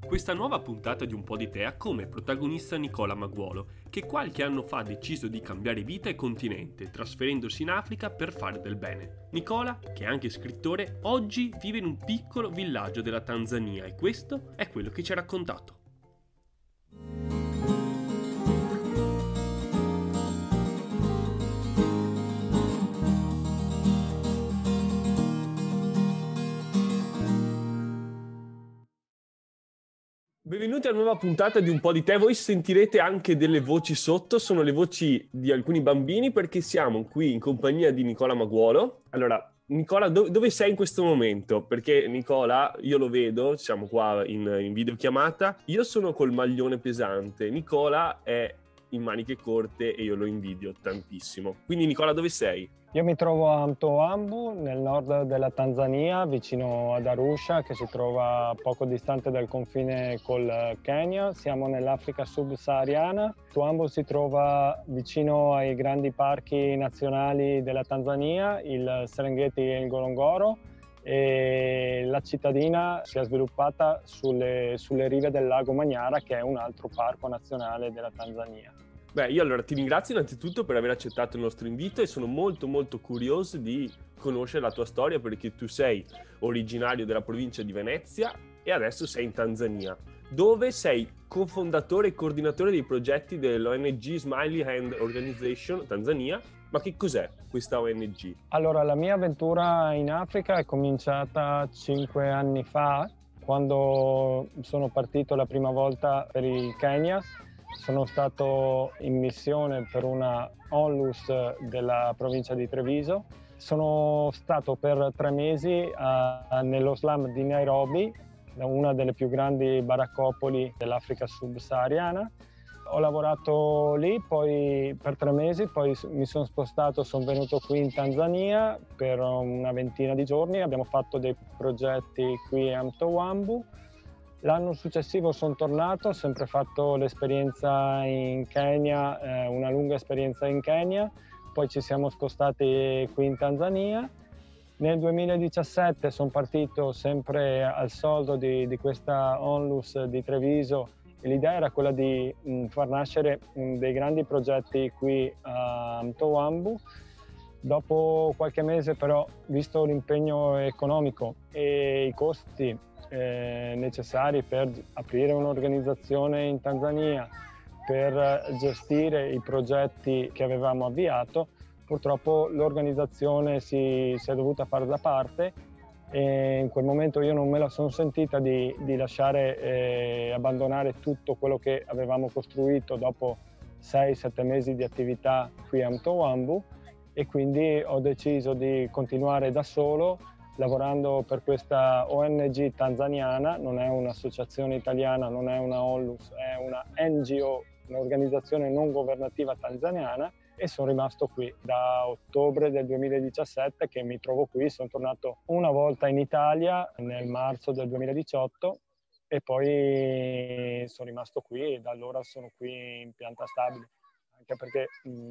Questa nuova puntata di Un po' di te ha come protagonista Nicola Maguolo, che qualche anno fa ha deciso di cambiare vita e continente, trasferendosi in Africa per fare del bene. Nicola, che è anche scrittore, oggi vive in un piccolo villaggio della Tanzania e questo è quello che ci ha raccontato. Benvenuti a una nuova puntata di Un po' di te. Voi sentirete anche delle voci sotto, sono le voci di alcuni bambini perché siamo qui in compagnia di Nicola Maguolo. Allora, Nicola, dove sei in questo momento? Perché Nicola, io lo vedo, siamo qua in videochiamata, io sono col maglione pesante, Nicola è in maniche corte e io lo invidio tantissimo. Quindi Nicola, dove sei? Io mi trovo a Mtoambu, nel nord della Tanzania, vicino ad Arusha, che si trova poco distante dal confine col Kenya. Siamo nell'Africa subsahariana. Mtoambu si trova vicino ai grandi parchi nazionali della Tanzania, il Serengeti e il Ngorongoro, e la cittadina si è sviluppata sulle rive del lago Manyara, che è un altro parco nazionale della Tanzania. Beh, io allora ti ringrazio innanzitutto per aver accettato il nostro invito e sono molto curioso di conoscere la tua storia perché tu sei originario della provincia di Venezia e adesso sei in Tanzania, dove sei cofondatore e coordinatore dei progetti dell'ONG Smiley Hand Organization Tanzania. Ma che cos'è questa ONG? Allora, la mia avventura in Africa è cominciata 5 anni fa, quando sono partito la prima volta per il Kenya. Sono stato in missione per una onlus della provincia di Treviso. Sono stato per 3 mesi nello slum di Nairobi, una delle più grandi baraccopoli dell'Africa subsahariana. Ho lavorato lì poi per 3 mesi, poi mi sono spostato, sono venuto qui in Tanzania per una ventina di giorni. Abbiamo fatto dei progetti qui a Mtoambu. L'anno successivo sono tornato, ho sempre fatto l'esperienza in Kenya, una lunga esperienza in Kenya, poi ci siamo spostati qui in Tanzania. Nel 2017 sono partito sempre al soldo di questa onlus di Treviso e l'idea era quella di far nascere dei grandi progetti qui a Mtoambu. Dopo qualche mese però, visto l'impegno economico e i costi necessari per aprire un'organizzazione in Tanzania, per gestire i progetti che avevamo avviato, purtroppo l'organizzazione si è dovuta fare da parte e in quel momento io non me la sono sentita di lasciare abbandonare tutto quello che avevamo costruito dopo 6-7 mesi di attività qui a Mtoambu, e quindi ho deciso di continuare da solo lavorando per questa ONG tanzaniana. Non è un'associazione italiana, non è una onlus, è una NGO, un'organizzazione non governativa tanzaniana, e sono rimasto qui da ottobre del 2017 che mi trovo qui. Sono tornato una volta in Italia nel marzo del 2018 e poi sono rimasto qui e da allora sono qui in pianta stabile, anche perché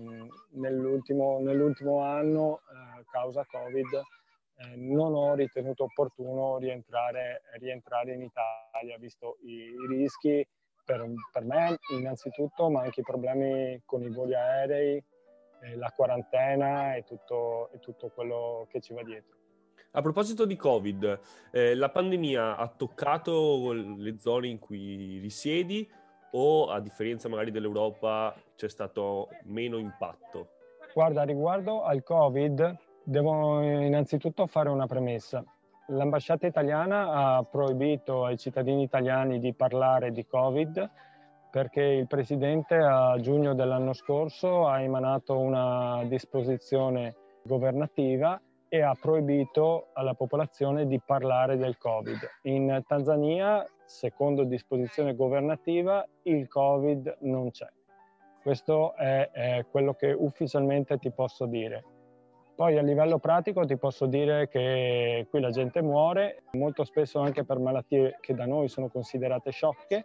nell'ultimo anno, causa Covid, non ho ritenuto opportuno rientrare in Italia, visto i rischi per me innanzitutto, ma anche i problemi con i voli aerei, la quarantena e tutto quello che ci va dietro. A proposito di Covid, la pandemia ha toccato le zone in cui risiedi o a differenza magari dell'Europa c'è stato meno impatto? Guarda, riguardo al Covid, devo innanzitutto fare una premessa. L'ambasciata italiana ha proibito ai cittadini italiani di parlare di Covid perché il Presidente a giugno dell'anno scorso ha emanato una disposizione governativa e ha proibito alla popolazione di parlare del Covid. In Tanzania, secondo disposizione governativa, il Covid non c'è. Questo è quello che ufficialmente ti posso dire. Poi a livello pratico ti posso dire che qui la gente muore, molto spesso anche per malattie che da noi sono considerate sciocche.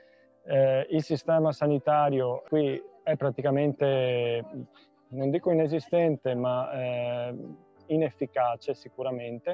Il sistema sanitario qui è praticamente, non dico inesistente, ma inefficace sicuramente.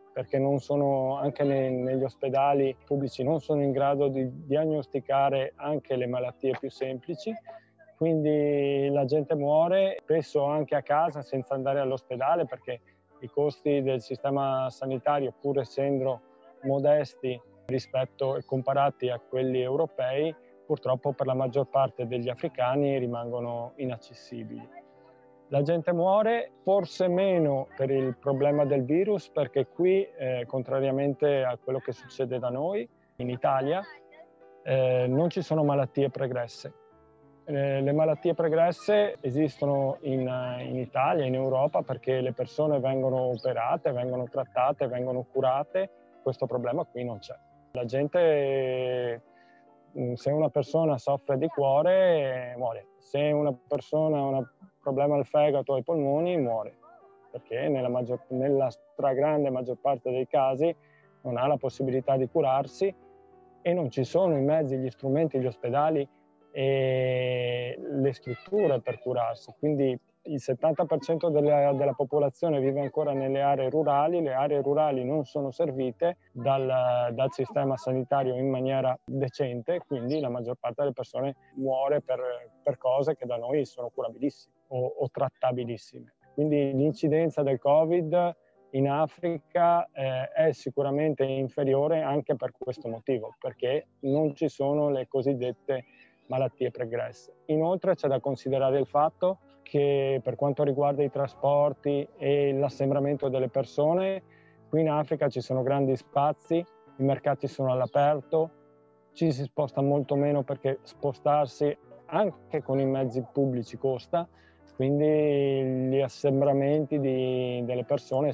perché non sono, anche negli ospedali pubblici non sono in grado di diagnosticare anche le malattie più semplici, quindi la gente muore spesso anche a casa senza andare all'ospedale, perché i costi del sistema sanitario, pur essendo modesti rispetto e comparati a quelli europei, purtroppo per la maggior parte degli africani rimangono inaccessibili. La gente muore forse meno per il problema del virus, perché qui, contrariamente a quello che succede da noi in Italia, non ci sono malattie pregresse. Le malattie pregresse esistono in Italia, in Europa, perché le persone vengono operate, vengono trattate, vengono curate. Questo problema qui non c'è. La gente, se una persona soffre di cuore, muore. Se una persona ha un problema al fegato o ai polmoni, muore, perché nella stragrande maggior parte dei casi non ha la possibilità di curarsi e non ci sono i mezzi, gli strumenti, gli ospedali e le strutture per curarsi. Quindi il 70% della popolazione vive ancora nelle aree rurali. Le aree rurali non sono servite dal sistema sanitario in maniera decente, quindi la maggior parte delle persone muore per cose che da noi sono curabilissime o trattabilissime. Quindi l'incidenza del Covid in Africa è sicuramente inferiore anche per questo motivo, perché non ci sono le cosiddette malattie pregresse. Inoltre c'è da considerare il fatto che per quanto riguarda i trasporti e l'assembramento delle persone, qui in Africa ci sono grandi spazi, i mercati sono all'aperto, ci si sposta molto meno perché spostarsi anche con i mezzi pubblici costa, quindi gli assembramenti delle persone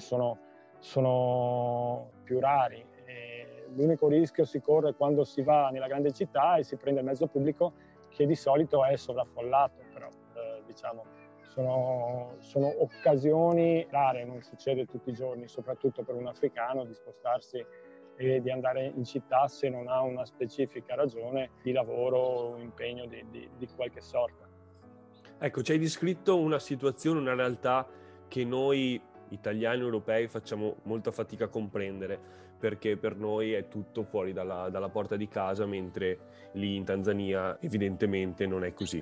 sono più rari. L'unico rischio si corre quando si va nella grande città e si prende il mezzo pubblico, che di solito è sovraffollato, però diciamo sono occasioni rare, non succede tutti i giorni, soprattutto per un africano, di spostarsi e di andare in città se non ha una specifica ragione di lavoro o impegno di qualche sorta. Ecco, ci hai descritto una situazione, una realtà che noi italiani e europei facciamo molta fatica a comprendere, perché per noi è tutto fuori dalla porta di casa, mentre lì in Tanzania evidentemente non è così.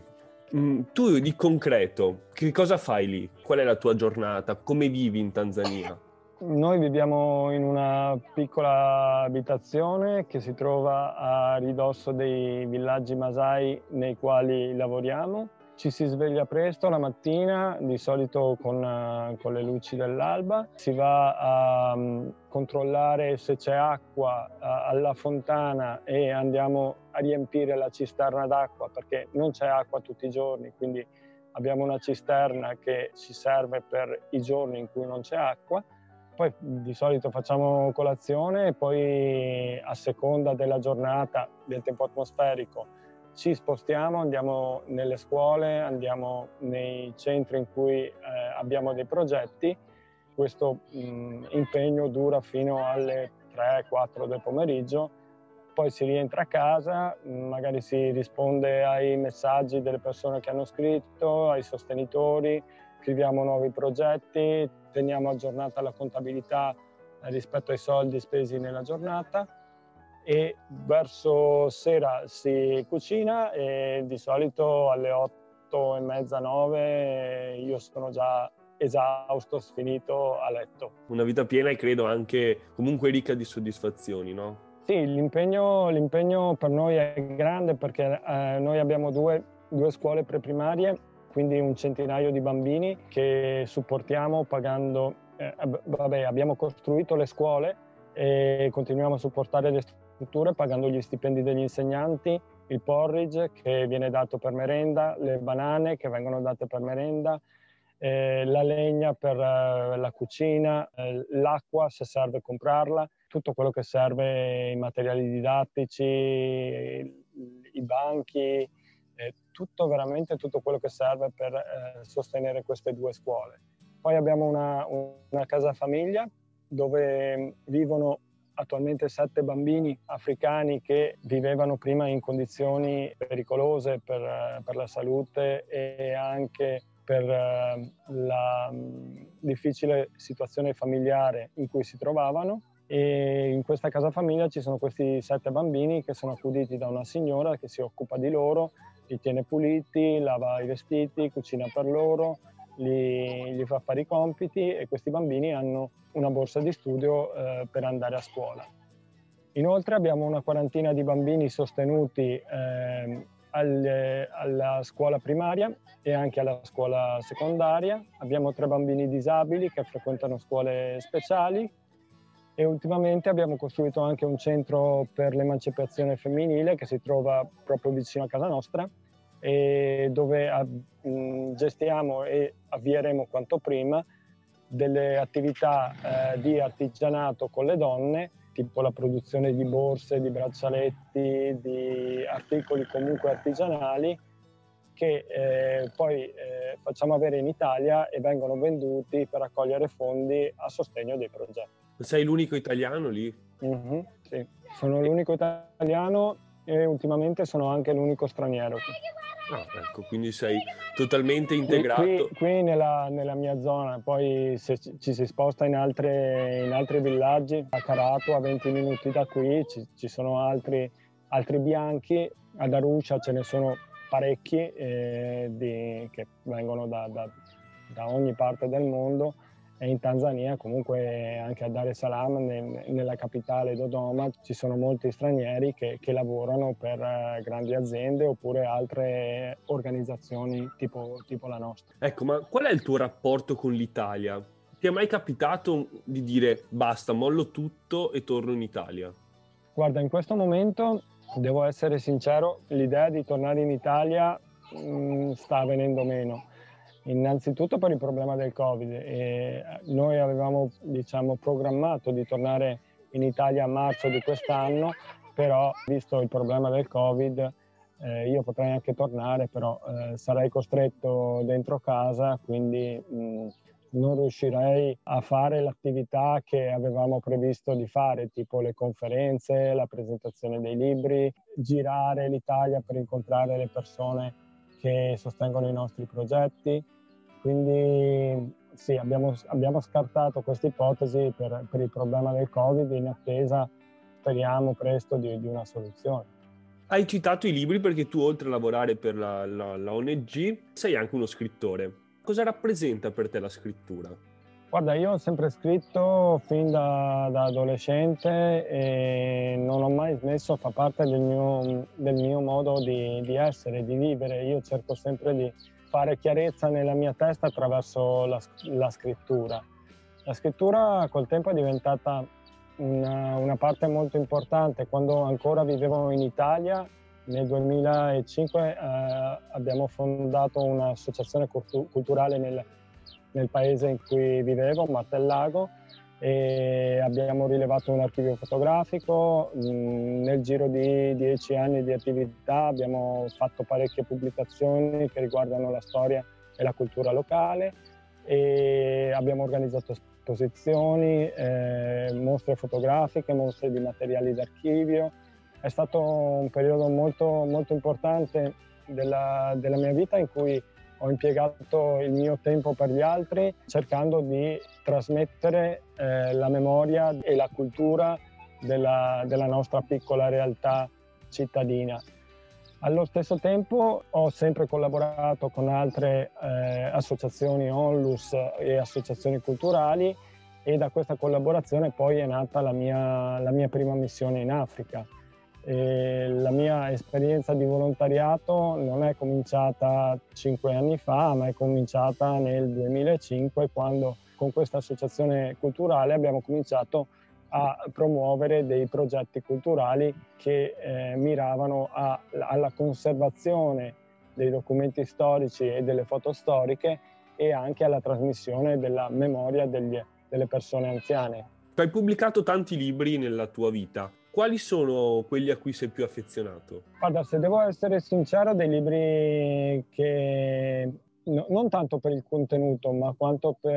Tu di concreto, che cosa fai lì? Qual è la tua giornata? Come vivi in Tanzania? Noi viviamo in una piccola abitazione che si trova a ridosso dei villaggi Masai nei quali lavoriamo. Ci si sveglia presto la mattina, di solito con le luci dell'alba. Si va a controllare se c'è acqua alla fontana e andiamo a riempire la cisterna d'acqua, perché non c'è acqua tutti i giorni, quindi abbiamo una cisterna che ci serve per i giorni in cui non c'è acqua. Poi di solito facciamo colazione e poi, a seconda della giornata, del tempo atmosferico, ci spostiamo, andiamo nelle scuole, andiamo nei centri in cui abbiamo dei progetti. Questo impegno dura fino alle 3-4 del pomeriggio, poi si rientra a casa, magari si risponde ai messaggi delle persone che hanno scritto, ai sostenitori, scriviamo nuovi progetti, teniamo aggiornata la contabilità rispetto ai soldi spesi nella giornata, e verso sera si cucina e di solito alle 8:30, 9 io sono già esausto, sfinito a letto. Una vita piena e credo anche comunque ricca di soddisfazioni, no? Sì, l'impegno per noi è grande, perché noi abbiamo due scuole preprimarie, quindi un centinaio di bambini che supportiamo pagando. Abbiamo costruito le scuole e continuiamo a supportare le strutture pagando gli stipendi degli insegnanti, il porridge che viene dato per merenda, le banane che vengono date per merenda, la legna per la cucina, l'acqua se serve comprarla, tutto quello che serve, i materiali didattici, i banchi, tutto, veramente tutto quello che serve per sostenere queste due scuole. Poi abbiamo una casa famiglia dove vivono attualmente 7 bambini africani che vivevano prima in condizioni pericolose per la salute e anche per la difficile situazione familiare in cui si trovavano, e in questa casa famiglia ci sono questi 7 bambini che sono accuditi da una signora che si occupa di loro, li tiene puliti, lava i vestiti, cucina per loro, gli fa fare i compiti, e questi bambini hanno una borsa di studio per andare a scuola. Inoltre abbiamo una quarantina di bambini sostenuti alla scuola primaria e anche alla scuola secondaria. Abbiamo 3 bambini disabili che frequentano scuole speciali, e ultimamente abbiamo costruito anche un centro per l'emancipazione femminile che si trova proprio vicino a casa nostra, e dove gestiamo e avvieremo quanto prima delle attività di artigianato con le donne, tipo la produzione di borse, di braccialetti, di articoli comunque artigianali, che poi facciamo avere in Italia e vengono venduti per raccogliere fondi a sostegno dei progetti. Sei l'unico italiano lì? Sì, sono l'unico italiano e ultimamente sono anche l'unico straniero. Ah, ecco, quindi sei totalmente integrato. Qui nella mia zona, poi se ci si sposta in altri villaggi, a Carato, a 20 minuti da qui, ci sono altri bianchi, ad Arusha ce ne sono parecchi che vengono da ogni parte del mondo, e in Tanzania comunque anche a Dar es Salaam, nella capitale Dodoma, ci sono molti stranieri che lavorano per grandi aziende oppure altre organizzazioni tipo la nostra. Ecco, ma qual è il tuo rapporto con l'Italia? Ti è mai capitato di dire basta, mollo tutto e torno in Italia? Guarda, in questo momento, devo essere sincero, l'idea di tornare in Italia sta venendo meno. Innanzitutto per il problema del Covid, e noi avevamo programmato di tornare in Italia a marzo di quest'anno, però visto il problema del Covid io potrei anche tornare, però sarei costretto dentro casa, quindi non riuscirei a fare l'attività che avevamo previsto di fare, tipo le conferenze, la presentazione dei libri, girare l'Italia per incontrare le persone che sostengono i nostri progetti. Quindi sì, abbiamo scartato questa ipotesi per il problema del Covid, in attesa, speriamo presto, di una soluzione. Hai citato i libri perché tu, oltre a lavorare per la ONG, sei anche uno scrittore. Cosa rappresenta per te la scrittura? Guarda, io ho sempre scritto fin da adolescente e non ho mai smesso, fa parte del mio modo di essere, di vivere. Io cerco sempre di fare chiarezza nella mia testa attraverso la scrittura. La scrittura col tempo è diventata una parte molto importante. Quando ancora vivevo in Italia, nel 2005 abbiamo fondato un'associazione culturale nel paese in cui vivevo, Martellago, e abbiamo rilevato un archivio fotografico. Nel giro di 10 anni di attività abbiamo fatto parecchie pubblicazioni che riguardano la storia e la cultura locale, e abbiamo organizzato esposizioni, mostre fotografiche, mostre di materiali d'archivio. È stato un periodo molto, molto importante della mia vita, in cui ho impiegato il mio tempo per gli altri, cercando di trasmettere la memoria e la cultura della nostra piccola realtà cittadina. Allo stesso tempo ho sempre collaborato con altre associazioni ONLUS e associazioni culturali, e da questa collaborazione poi è nata la mia prima missione in Africa. La mia esperienza di volontariato non è cominciata 5 anni fa, ma è cominciata nel 2005, quando con questa associazione culturale abbiamo cominciato a promuovere dei progetti culturali che miravano alla conservazione dei documenti storici e delle foto storiche, e anche alla trasmissione della memoria delle persone anziane. Hai pubblicato tanti libri nella tua vita. Quali sono quelli a cui sei più affezionato? Guarda, se devo essere sincero, dei libri che non tanto per il contenuto, ma quanto per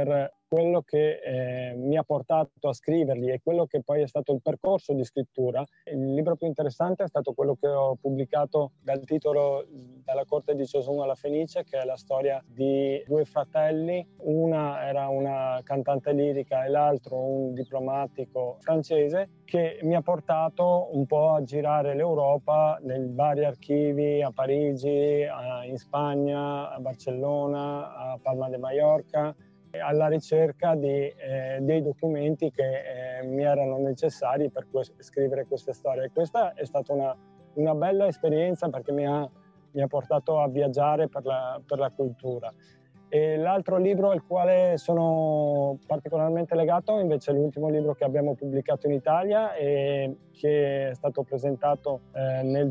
quello che mi ha portato a scriverli e quello che poi è stato il percorso di scrittura. Il libro più interessante è stato quello che ho pubblicato dal titolo Dalla corte di Josun alla Fenice, che è la storia di due fratelli. Una era una cantante lirica e l'altro un diplomatico francese, che mi ha portato un po' a girare l'Europa nei vari archivi, a Parigi, in Spagna, a Barcellona, a Palma de Mallorca, alla ricerca dei documenti che mi erano necessari per scrivere queste storie. Questa è stata una bella esperienza perché mi ha portato a viaggiare per la cultura. E l'altro libro al quale sono particolarmente legato invece è l'ultimo libro che abbiamo pubblicato in Italia e che è stato presentato nel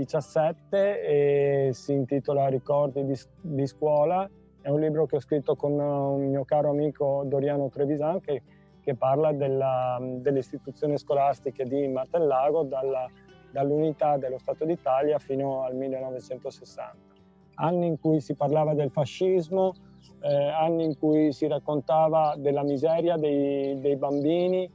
2017 e si intitola Ricordi di scuola. È un libro che ho scritto con un mio caro amico Doriano Trevisan che parla delle istituzioni scolastiche di Martellago dall'unità dello Stato d'Italia fino al 1960. Anni in cui si parlava del fascismo, anni in cui si raccontava della miseria dei bambini,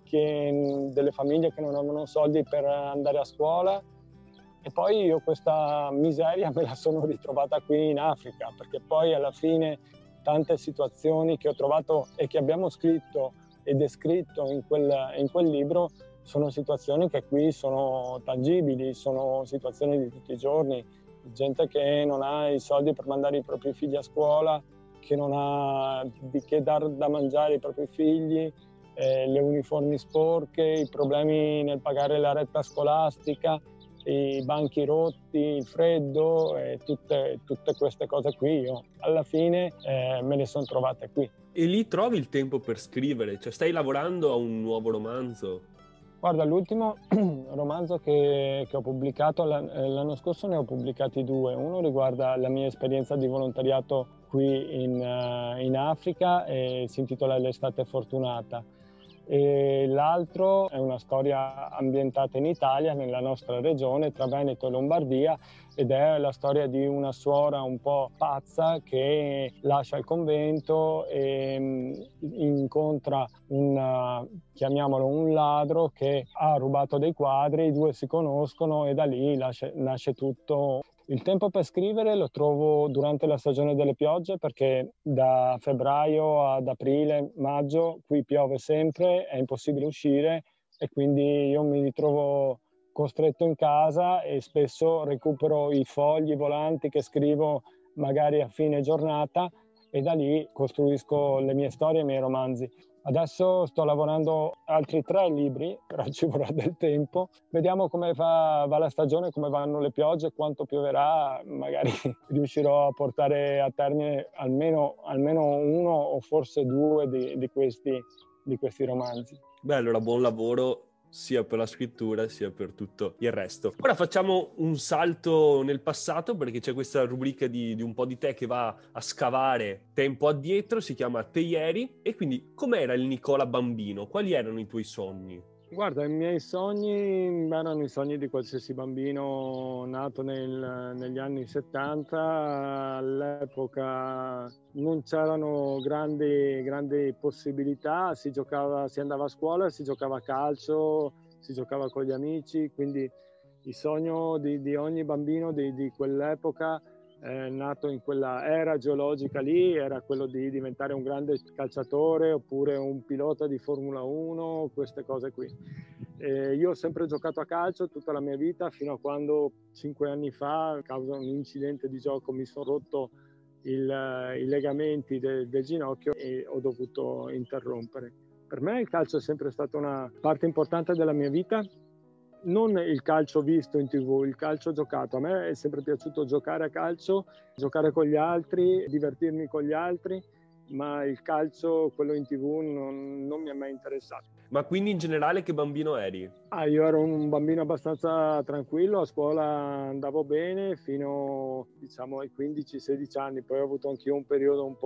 delle famiglie che non avevano soldi per andare a scuola. E poi io questa miseria me la sono ritrovata qui in Africa, perché poi alla fine tante situazioni che ho trovato e che abbiamo scritto e descritto in quel libro sono situazioni che qui sono tangibili, sono situazioni di tutti i giorni, gente che non ha i soldi per mandare i propri figli a scuola, che non ha di che dar da mangiare ai propri figli, le uniformi sporche, i problemi nel pagare la retta scolastica, i banchi rotti, il freddo e tutte queste cose qui io alla fine me le sono trovate qui. E lì trovi il tempo per scrivere? Cioè stai lavorando a un nuovo romanzo? Guarda, l'ultimo romanzo che ho pubblicato l'anno scorso, ne ho pubblicati due. Uno riguarda la mia esperienza di volontariato qui in Africa e si intitola L'estate fortunata. E l'altro è una storia ambientata in Italia, nella nostra regione, tra Veneto e Lombardia, ed è la storia di una suora un po' pazza che lascia il convento e incontra chiamiamolo un ladro che ha rubato dei quadri, i due si conoscono e da lì nasce tutto. Il tempo per scrivere lo trovo durante la stagione delle piogge perché da febbraio ad aprile, maggio qui piove sempre, è impossibile uscire e quindi io mi ritrovo costretto in casa e spesso recupero i fogli, i volanti che scrivo magari a fine giornata e da lì costruisco le mie storie e i miei romanzi. Adesso sto lavorando altri 3 libri, però ci vorrà del tempo. Vediamo come va la stagione, come vanno le piogge, quanto pioverà. Magari riuscirò a portare a termine almeno uno o forse 2 di questi romanzi. Beh, allora buon lavoro sia per la scrittura sia per tutto il resto. Ora facciamo un salto nel passato perché c'è questa rubrica di un po' di te che va a scavare tempo addietro, si chiama Te ieri, e quindi com'era il Nicola bambino? Quali erano i tuoi sogni? Guarda, i miei sogni erano i sogni di qualsiasi bambino nato negli anni 70. All'epoca non c'erano grandi possibilità, si andava a scuola, si giocava a calcio, si giocava con gli amici, quindi il sogno di ogni bambino di quell'epoca nato in quella era geologica lì era quello di diventare un grande calciatore oppure un pilota di Formula 1, queste cose qui. Io ho sempre giocato a calcio tutta la mia vita fino a quando 5 anni fa, a causa di un incidente di gioco, mi sono rotto i legamenti del ginocchio e ho dovuto interrompere. Per me il calcio è sempre stata una parte importante della mia vita. Non il calcio visto in TV, il calcio giocato. A me è sempre piaciuto giocare a calcio, giocare con gli altri, divertirmi con gli altri, ma il calcio, quello in TV, non mi è mai interessato. Ma quindi in generale che bambino eri? Io ero un bambino abbastanza tranquillo, a scuola andavo bene fino diciamo ai 15-16 anni, poi ho avuto anch'io un periodo un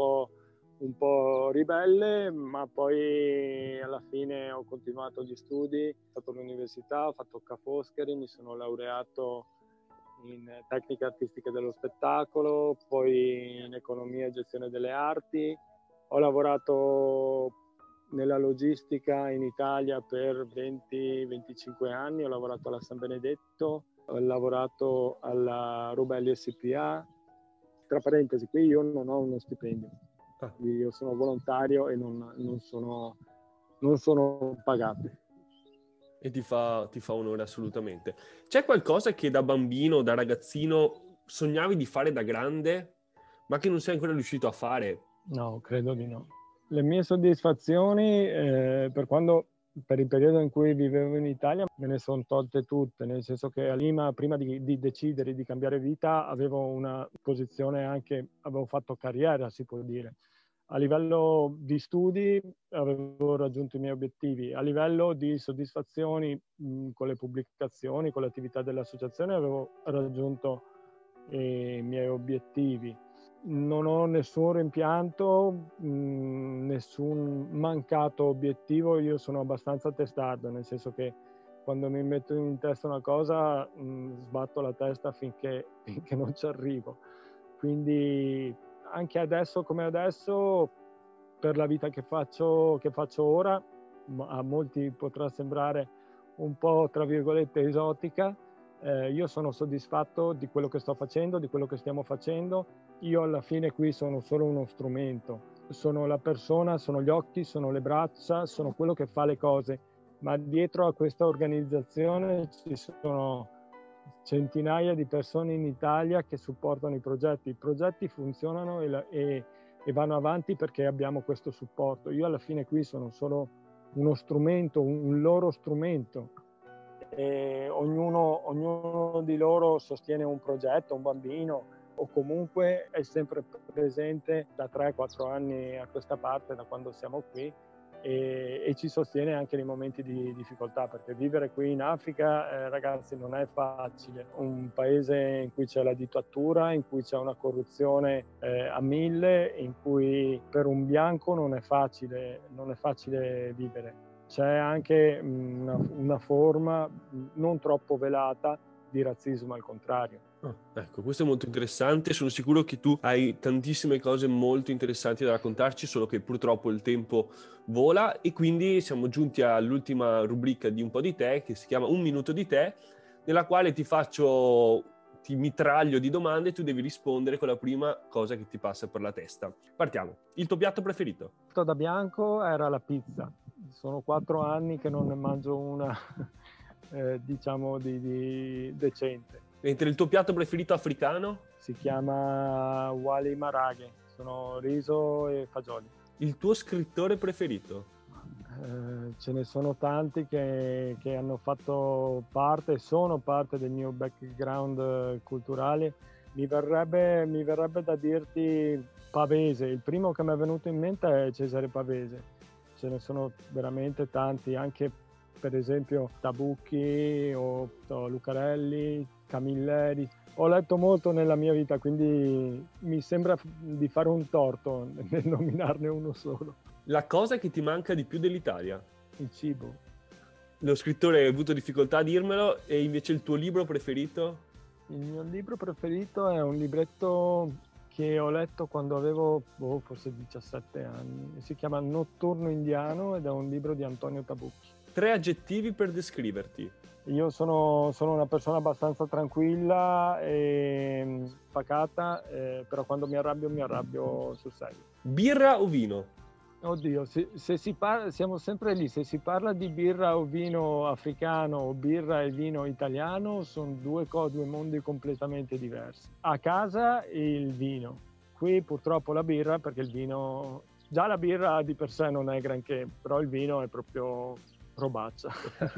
po' ribelle, ma poi alla fine ho continuato gli studi, ho fatto l'università, ho fatto Ca' Foscari, mi sono laureato in tecniche artistiche dello spettacolo, poi in economia e gestione delle arti Ho lavorato nella logistica in Italia per 20-25 anni, ho lavorato alla San Benedetto, ho lavorato alla Rubelli SPA. Tra parentesi, qui io non ho uno stipendio, io sono volontario e non sono pagato. E ti fa onore assolutamente. C'è qualcosa che da bambino, da ragazzino, sognavi di fare da grande, ma che non sei ancora riuscito a fare? No, credo di no. Le mie soddisfazioni, per il periodo in cui vivevo in Italia, me ne sono tolte tutte, nel senso che a Lima, prima di decidere di cambiare vita, avevo una posizione avevo fatto carriera, si può dire. A livello di studi avevo raggiunto i miei obiettivi, a livello di soddisfazioni con le pubblicazioni, con l'attività dell'associazione avevo raggiunto i miei obiettivi. Non ho nessun rimpianto, nessun mancato obiettivo, io sono abbastanza testardo, nel senso che quando mi metto in testa una cosa sbatto la testa finché non ci arrivo. Quindi anche adesso come adesso, per la vita che faccio ora, a molti potrà sembrare un po' tra virgolette esotica, io sono soddisfatto di quello che sto facendo, di quello che stiamo facendo. Io alla fine qui sono solo uno strumento, sono la persona, sono gli occhi, sono le braccia, sono quello che fa le cose, ma dietro a questa organizzazione ci sono centinaia di persone in Italia che supportano i progetti. I progetti funzionano e vanno avanti perché abbiamo questo supporto. Io alla fine qui sono solo uno strumento, un loro strumento. E ognuno di loro sostiene un progetto, un bambino, o comunque è sempre presente da 3-4 anni a questa parte, da quando siamo qui, e ci sostiene anche nei momenti di difficoltà, perché vivere qui in Africa, ragazzi, non è facile. Un paese in cui c'è la dittatura, in cui c'è una corruzione a 1000, in cui per un bianco non è facile vivere. C'è anche una forma non troppo velata di razzismo, al contrario. Ecco, questo è molto interessante. Sono sicuro che tu hai tantissime cose molto interessanti da raccontarci, solo che purtroppo il tempo vola e quindi siamo giunti all'ultima rubrica di Un po' di te, che si chiama Un minuto di te, nella quale ti mitraglio di domande e tu devi rispondere con la prima cosa che ti passa per la testa. Partiamo. Il tuo piatto preferito? Da bianco era la pizza. Sono 4 anni che non ne mangio una, diciamo, di decente. Mentre il tuo piatto preferito africano? Si chiama wali maraghe, sono riso e fagioli. Il tuo scrittore preferito? Ce ne sono tanti che hanno fatto parte, sono parte del mio background culturale. Mi verrebbe da dirti Pavese. Il primo che mi è venuto in mente è Cesare Pavese. Ce ne sono veramente tanti, anche per esempio Tabucchi o Lucarelli, Camilleri. Ho letto molto nella mia vita, quindi mi sembra di fare un torto nel nominarne uno solo. La cosa che ti manca di più dell'Italia? Il cibo. Lo scrittore ha avuto difficoltà a dirmelo, e invece il tuo libro preferito? Il mio libro preferito è un libretto che ho letto quando avevo forse 17 anni. Si chiama Notturno Indiano ed è un libro di Antonio Tabucchi. 3 aggettivi per descriverti. Io sono una persona abbastanza tranquilla e pacata, però quando mi arrabbio sul serio. Birra o vino? Oddio, siamo sempre lì, se si parla di birra o vino africano o birra e vino italiano, sono due mondi completamente diversi. A casa il vino, qui purtroppo la birra, perché il vino, già la birra di per sé non è granché, però il vino è proprio robaccia.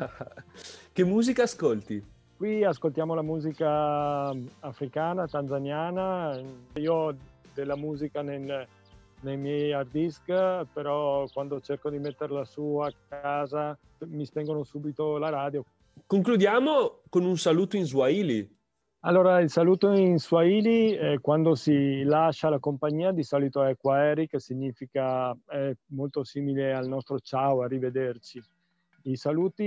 Che musica ascolti? Qui ascoltiamo la musica africana, tanzaniana. Io ho della musica nei miei hard disk, però quando cerco di metterla su a casa mi spengono subito la radio. Concludiamo con un saluto in Swahili. Allora, il saluto in Swahili, quando si lascia la compagnia, di solito è kwaheri, che significa, è molto simile al nostro ciao, arrivederci. I saluti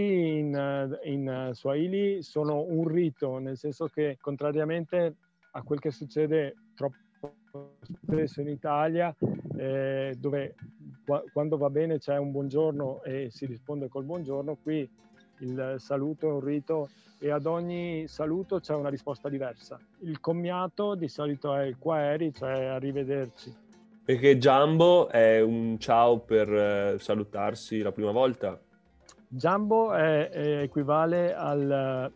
in Swahili sono un rito, nel senso che, contrariamente a quel che succede spesso in Italia, dove quando va bene c'è un buongiorno e si risponde col buongiorno. Qui il saluto è un rito e ad ogni saluto c'è una risposta diversa. Il commiato di solito è il quaeri, cioè arrivederci. Perché Jumbo è un ciao per salutarsi la prima volta. Jumbo equivale al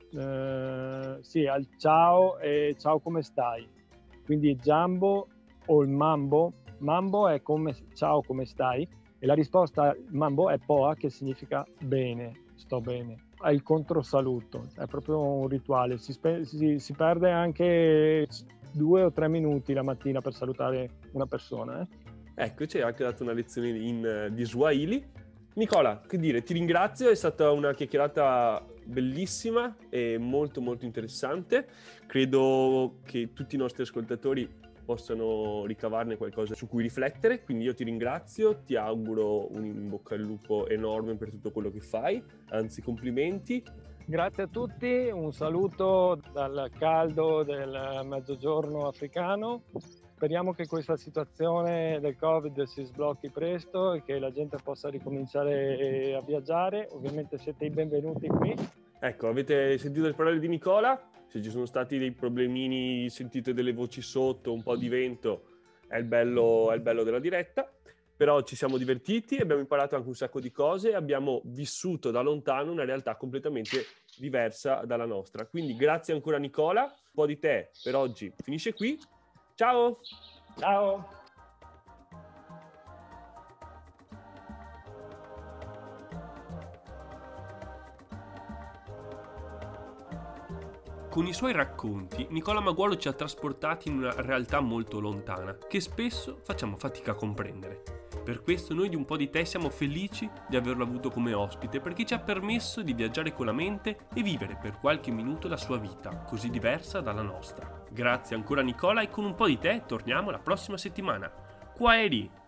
ciao e ciao come stai. Quindi Jumbo o il Mambo. Mambo è come ciao come stai e la risposta Mambo è Poa, che significa bene, sto bene. È il controsaluto, è proprio un rituale. Si perde anche 2 o 3 minuti la mattina per salutare una persona. Ecco, ci hai anche dato una lezione di Swahili. Nicola, che dire, ti ringrazio, è stata una chiacchierata bellissima e molto molto interessante. Credo che tutti i nostri ascoltatori possano ricavarne qualcosa su cui riflettere, quindi io ti ringrazio, ti auguro un in bocca al lupo enorme per tutto quello che fai, anzi complimenti. Grazie a tutti, un saluto dal caldo del mezzogiorno africano. Speriamo che questa situazione del Covid si sblocchi presto e che la gente possa ricominciare a viaggiare. Ovviamente siete i benvenuti qui. Ecco, avete sentito le parole di Nicola? Se ci sono stati dei problemini, sentite delle voci sotto, un po' di vento, è il bello della diretta. Però ci siamo divertiti, abbiamo imparato anche un sacco di cose, abbiamo vissuto da lontano una realtà completamente diversa dalla nostra. Quindi grazie ancora Nicola, un po' di te per oggi finisce qui. Ciao! Ciao! Con i suoi racconti, Nicola Maguolo ci ha trasportati in una realtà molto lontana, che spesso facciamo fatica a comprendere. Per questo noi di Un po' di te siamo felici di averlo avuto come ospite, perché ci ha permesso di viaggiare con la mente e vivere per qualche minuto la sua vita, così diversa dalla nostra. Grazie ancora Nicola e con Un po' di te torniamo la prossima settimana. Quaeri!